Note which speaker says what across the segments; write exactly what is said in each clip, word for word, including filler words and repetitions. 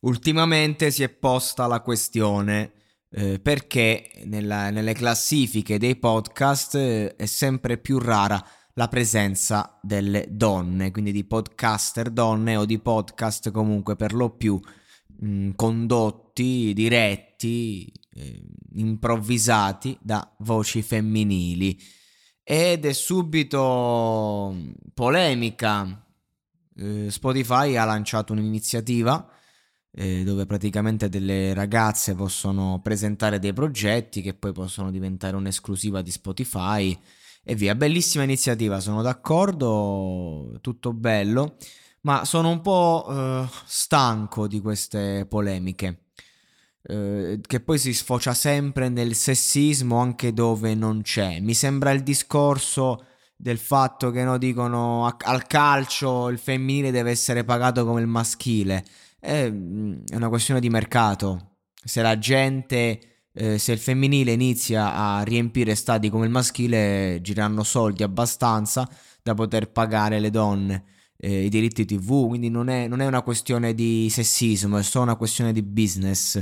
Speaker 1: Ultimamente si è posta la questione eh, perché nella- nelle classifiche dei podcast eh, è sempre più rara la presenza delle donne, quindi di podcaster donne o di podcast comunque per lo più mh, condotti, diretti, eh, improvvisati da voci femminili. Ed è subito mh, polemica. Eh, Spotify ha lanciato un'iniziativa eh, dove praticamente delle ragazze possono presentare dei progetti che poi possono diventare un'esclusiva di Spotify e via. Bellissima iniziativa, sono d'accordo, tutto bello, ma sono un po' eh, stanco di queste polemiche. eh, che poi si sfocia sempre nel sessismo anche dove non c'è. Mi sembra il discorso del fatto che no, dicono a- al calcio il femminile deve essere pagato come il maschile. È, mm, è una questione di mercato. Se la gente, eh, se il femminile inizia a riempire stadi come il maschile, gireranno soldi abbastanza da poter pagare le donne. eh, I diritti T V, quindi non è, non è una questione di sessismo, è solo una questione di business,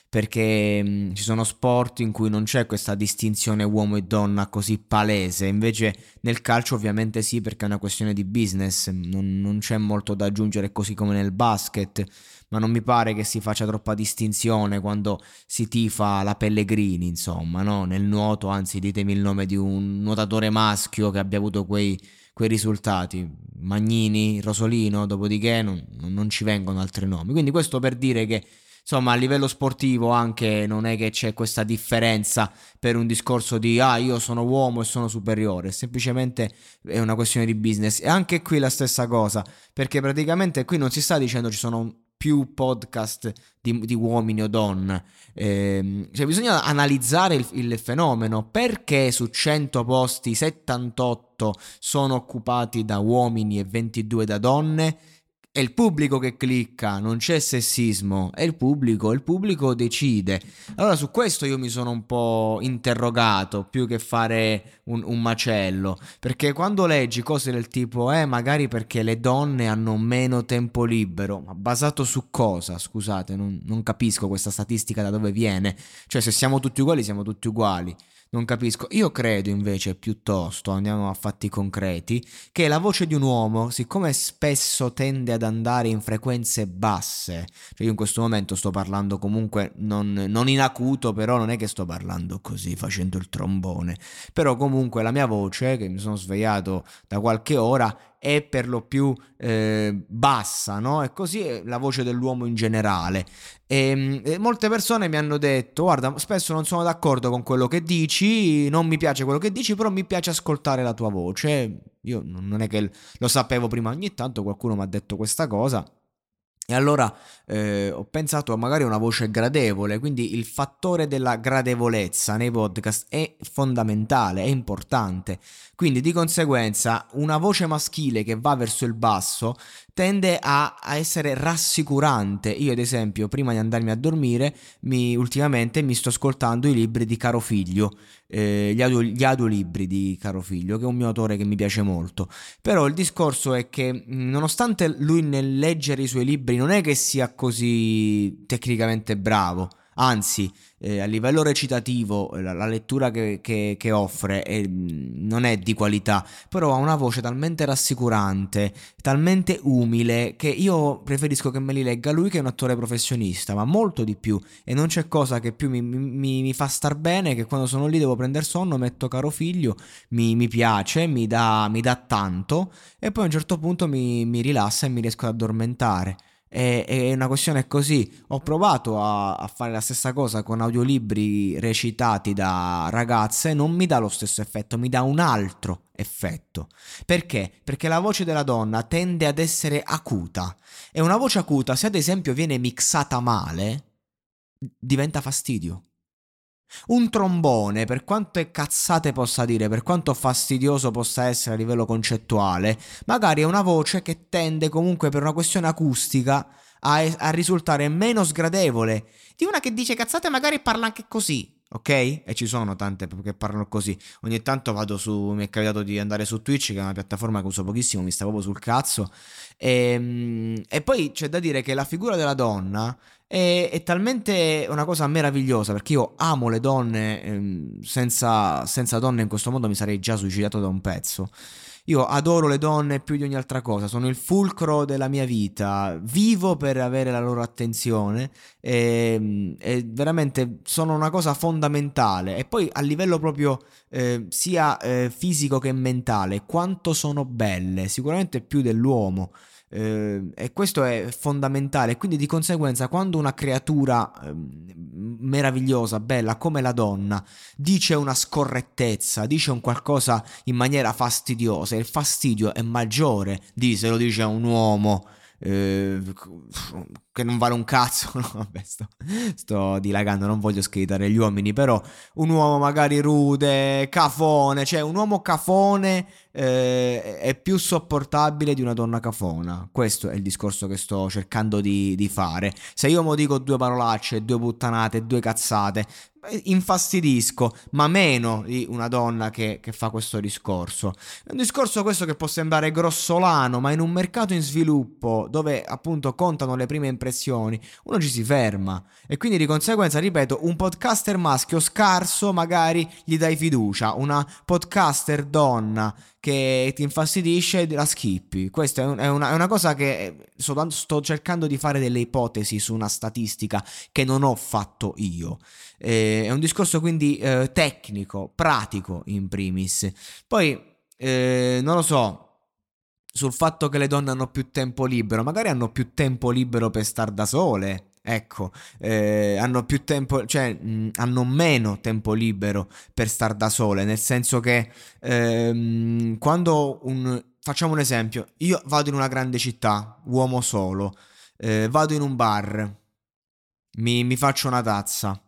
Speaker 1: perché mh, ci sono sport in cui non c'è questa distinzione uomo e donna così palese, invece nel calcio ovviamente sì, perché è una questione di business, non, non c'è molto da aggiungere, così come nel basket, ma non mi pare che si faccia troppa distinzione quando si tifa la Pellegrini, insomma, no? Nel nuoto, anzi ditemi il nome di un nuotatore maschio che abbia avuto quei, quei risultati, Magnini, Rosolino, dopodiché non, non ci vengono altri nomi, quindi questo per dire che insomma, a livello sportivo anche non è che c'è questa differenza per un discorso di ah, io sono uomo e sono superiore, semplicemente è una questione di business. E anche qui la stessa cosa, perché praticamente qui non si sta dicendo ci sono più podcast di, di uomini o donne, Ehm, cioè bisogna analizzare il, il fenomeno, perché su cento posti settantotto sono occupati da uomini e ventidue da donne. È il pubblico che clicca, non c'è sessismo, è il pubblico, il pubblico decide. Allora su questo io mi sono un po' interrogato, più che fare un, un macello, perché quando leggi cose del tipo, eh, magari perché le donne hanno meno tempo libero, ma basato su cosa? Scusate, non, non capisco questa statistica da dove viene. Cioè, se siamo tutti uguali, siamo tutti uguali. Non capisco. Io credo invece piuttosto, andiamo a fatti concreti, che la voce di un uomo, siccome spesso tende ad andare in frequenze basse, cioè io in questo momento sto parlando comunque non, non in acuto, però non è che sto parlando così facendo il trombone, però comunque la mia voce, che mi sono svegliato da qualche ora, è per lo più eh, bassa, no? E così è la voce dell'uomo in generale. E, e molte persone mi hanno detto: guarda, spesso non sono d'accordo con quello che dici, non mi piace quello che dici, però mi piace ascoltare la tua voce. Io non è che lo sapevo prima, ogni tanto qualcuno mi ha detto questa cosa. E allora eh, ho pensato magari a una voce gradevole, quindi il fattore della gradevolezza nei podcast è fondamentale, è importante. Quindi di conseguenza una voce maschile che va verso il basso tende a, a essere rassicurante. Io ad esempio prima di andarmi a dormire mi, ultimamente mi sto ascoltando i libri di Caro Figlio, eh, gli, audio, gli audiolibri di Caro Figlio, che è un mio autore che mi piace molto. Però il discorso è che mh, nonostante lui nel leggere i suoi libri non è che sia così tecnicamente bravo, anzi eh, a livello recitativo eh, la, la lettura che, che- che offre è, mh, non è di qualità, però ha una voce talmente rassicurante, talmente umile, che io preferisco che me li legga lui, che è un attore professionista, ma molto di più. E non c'è cosa che più mi, mi- mi fa star bene che quando sono lì devo prendere sonno, metto Caro Figlio, mi, mi piace, mi dà, mi dà tanto, e poi a un certo punto mi, mi rilassa e mi riesco ad addormentare. È, è una questione così. Ho provato a, a fare la stessa cosa con audiolibri recitati da ragazze, non mi dà lo stesso effetto, mi dà un altro effetto. Perché? Perché la voce della donna tende ad essere acuta, e una voce acuta, se ad esempio viene mixata male, diventa fastidio. Un trombone, per quanto è cazzate possa dire, per quanto fastidioso possa essere a livello concettuale, magari è una voce che tende comunque per una questione acustica a, a risultare meno sgradevole di una che dice cazzate e magari parla anche così. ok? E ci sono tante che parlano così. Ogni tanto vado su, mi è capitato di andare su Twitch, che è una piattaforma che uso pochissimo, mi sta proprio sul cazzo. E, e poi c'è da dire che la figura della donna è, è talmente una cosa meravigliosa, perché io amo le donne, ehm, senza, senza donne in questo mondo mi sarei già suicidato da un pezzo. Io adoro le donne più di ogni altra cosa, sono il fulcro della mia vita, vivo per avere la loro attenzione e, e veramente sono una cosa fondamentale. E poi a livello proprio eh, sia eh, fisico che mentale, quanto sono belle, sicuramente più dell'uomo. Eh, e questo è fondamentale, quindi di conseguenza quando una creatura eh, meravigliosa, bella come la donna dice una scorrettezza, dice un qualcosa in maniera fastidiosa, il fastidio è maggiore di se lo dice a un uomo eh, che non vale un cazzo. No, vabbè, sto, sto dilagando, non voglio schedare gli uomini, però un uomo magari rude, cafone, cioè un uomo cafone eh, è più sopportabile di una donna cafona. Questo è il discorso che sto cercando di, di fare. Se io mo dico due parolacce, due puttanate, due cazzate, infastidisco, ma meno di una donna che, che fa questo discorso. È un discorso questo che può sembrare grossolano, ma in un mercato in sviluppo dove appunto contano le prime impressioni, uno ci si ferma e quindi di conseguenza, ripeto, un podcaster maschio scarso magari gli dai fiducia, una podcaster donna che ti infastidisce la skippi. Questa è, un, è, una, è una cosa che sto, sto cercando di fare delle ipotesi su una statistica che non ho fatto io. Eh, è un discorso quindi eh, tecnico, pratico in primis. Poi eh, non lo so, sul fatto che le donne hanno più tempo libero, magari hanno più tempo libero per star da sole. Ecco, eh, hanno più tempo, cioè mh, hanno meno tempo libero per star da sole, nel senso che ehm, quando un, facciamo un esempio, io vado in una grande città, uomo solo, eh, vado in un bar, mi, mi faccio una tazza,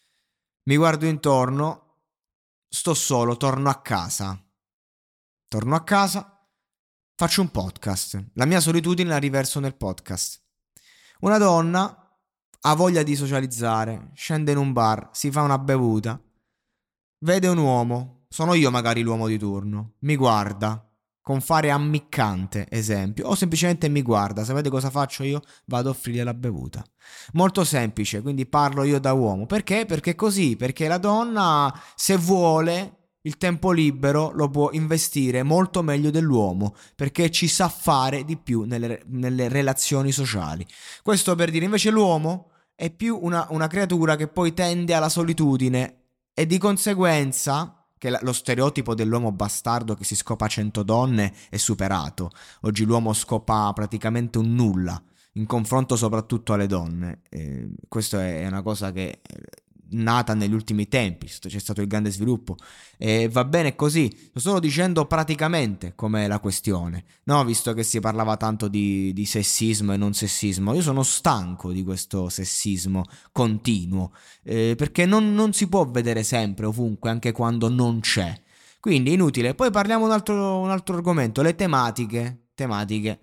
Speaker 1: mi guardo intorno, sto solo, torno a casa, torno a casa, faccio un podcast, la mia solitudine la riverso nel podcast. Una donna ha voglia di socializzare, scende in un bar, si fa una bevuta, vede un uomo, sono io magari l'uomo di turno, mi guarda con fare ammiccante, esempio, o semplicemente mi guarda, sapete cosa faccio io? Vado a offrirgli la bevuta. Molto semplice, quindi parlo io da uomo. Perché? Perché così, perché la donna, se vuole, il tempo libero lo può investire molto meglio dell'uomo, perché ci sa fare di più nelle, nelle relazioni sociali. Questo per dire, invece l'uomo è più una, una creatura che poi tende alla solitudine e di conseguenza che la, lo stereotipo dell'uomo bastardo che si scopa cento donne è superato. Oggi l'uomo scopa praticamente un nulla in confronto soprattutto alle donne. Eh, questo è una cosa che è nata negli ultimi tempi, c'è stato il grande sviluppo e va bene così. Sto solo dicendo praticamente com'è la questione, no? Visto che si parlava tanto di, di sessismo e non sessismo, io sono stanco di questo sessismo continuo, eh, perché non, non si può vedere sempre ovunque, anche quando non c'è, quindi inutile. Poi parliamo un altro, un altro argomento, le tematiche tematiche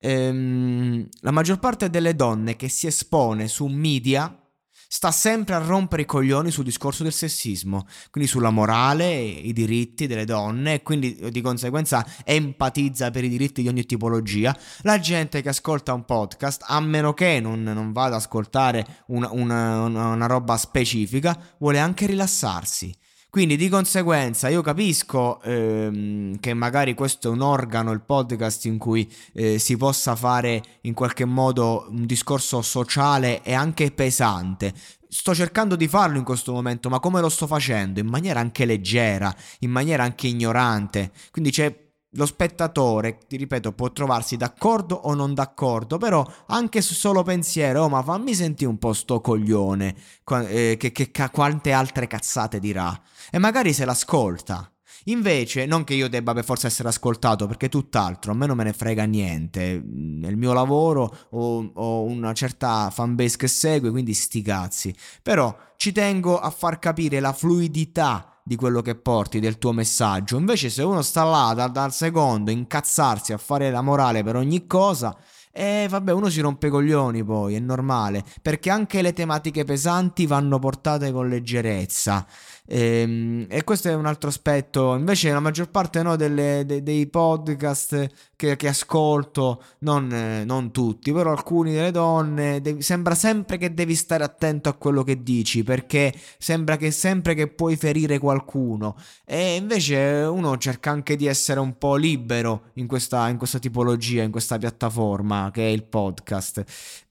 Speaker 1: ehm, la maggior parte delle donne che si espone su media sta sempre a rompere i coglioni sul discorso del sessismo, quindi sulla morale, i diritti delle donne, e quindi di conseguenza empatizza per i diritti di ogni tipologia. La gente che ascolta un podcast, a meno che non, non vada ad ascoltare una, una, una, una roba specifica, vuole anche rilassarsi. Quindi di conseguenza io capisco ehm, che magari questo è un organo, il podcast, in cui eh, si possa fare in qualche modo un discorso sociale e anche pesante. Sto cercando di farlo in questo momento, ma come lo sto facendo? In maniera anche leggera, in maniera anche ignorante. Quindi c'è lo spettatore, ti ripeto, può trovarsi d'accordo o non d'accordo, però anche su solo pensiero, oh ma fammi sentire un po' sto coglione, eh, che, che, che quante altre cazzate dirà, e magari se l'ascolta. Invece, non che io debba per forza essere ascoltato, perché tutt'altro, a me non me ne frega niente, nel mio lavoro ho, ho una certa fanbase che segue, quindi sti cazzi, però ci tengo a far capire la fluidità di quello che porti, del tuo messaggio. Invece se uno sta là da, dal secondo incazzarsi a fare la morale per ogni cosa, E vabbè, uno si rompe i coglioni poi, è normale, perché anche le tematiche pesanti vanno portate con leggerezza. Ehm, E, questo è un altro aspetto. Invece la maggior parte, no, delle- de- dei podcast che, che ascolto, non, eh, non tutti, però alcuni delle donne, devi- sembra sempre che devi stare attento a quello che dici, perché sembra che sempre che puoi ferire qualcuno. E invece uno cerca anche di essere un po' libero in questa, in questa tipologia, in questa piattaforma che è il podcast.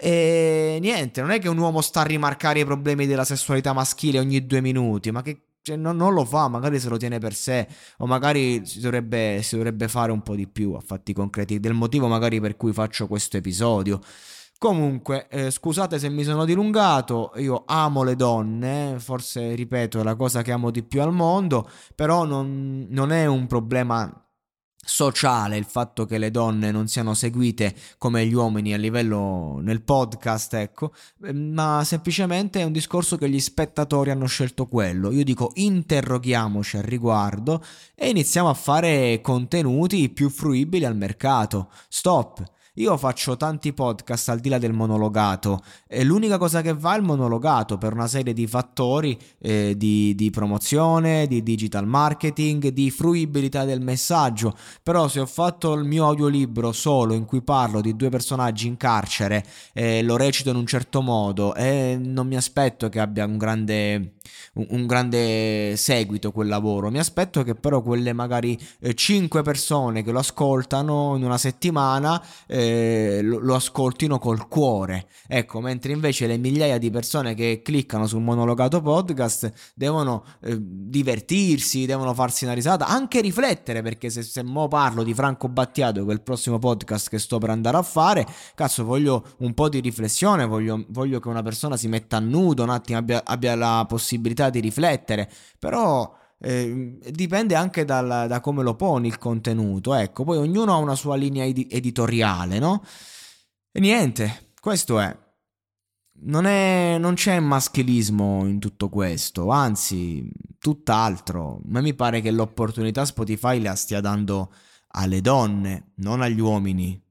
Speaker 1: E niente, non è che un uomo sta a rimarcare i problemi della sessualità maschile ogni due minuti, ma che cioè, non, non lo fa, magari se lo tiene per sé, o magari si dovrebbe, si dovrebbe fare un po' di più a fatti concreti, del motivo magari per cui faccio questo episodio. Comunque, eh, scusate se mi sono dilungato, io amo le donne, forse ripeto è la cosa che amo di più al mondo, però non, non è un problema sociale il fatto che le donne non siano seguite come gli uomini a livello nel podcast, ecco, eh, ma semplicemente è un discorso che gli spettatori hanno scelto quello. Io dico interroghiamoci al riguardo e iniziamo a fare contenuti più fruibili al mercato. Stop. Io faccio tanti podcast al di là del monologato e l'unica cosa che va è il monologato per una serie di fattori, eh, di, di promozione, di digital marketing, di fruibilità del messaggio. Però se ho fatto il mio audiolibro solo in cui parlo di due personaggi in carcere e lo recito in un certo modo e non mi aspetto che abbia un grande, un, un grande seguito quel lavoro, mi aspetto che però quelle magari eh, cinque persone che lo ascoltano in una settimana eh, lo, lo ascoltino col cuore, ecco, mentre invece le migliaia di persone che cliccano sul monologato podcast devono eh, divertirsi, devono farsi una risata, anche riflettere, perché se, se mo parlo di Franco Battiato, che è il prossimo podcast che sto per andare a fare, cazzo voglio un po' di riflessione, voglio, voglio che una persona si metta a nudo un attimo, abbia, abbia la possibilità di riflettere, però eh, dipende anche dal, da come lo poni il contenuto, ecco, poi ognuno ha una sua linea edi- editoriale, no? E niente, questo è. Non è, non c'è maschilismo in tutto questo, anzi, tutt'altro. A me mi pare che l'opportunità Spotify la stia dando alle donne, non agli uomini.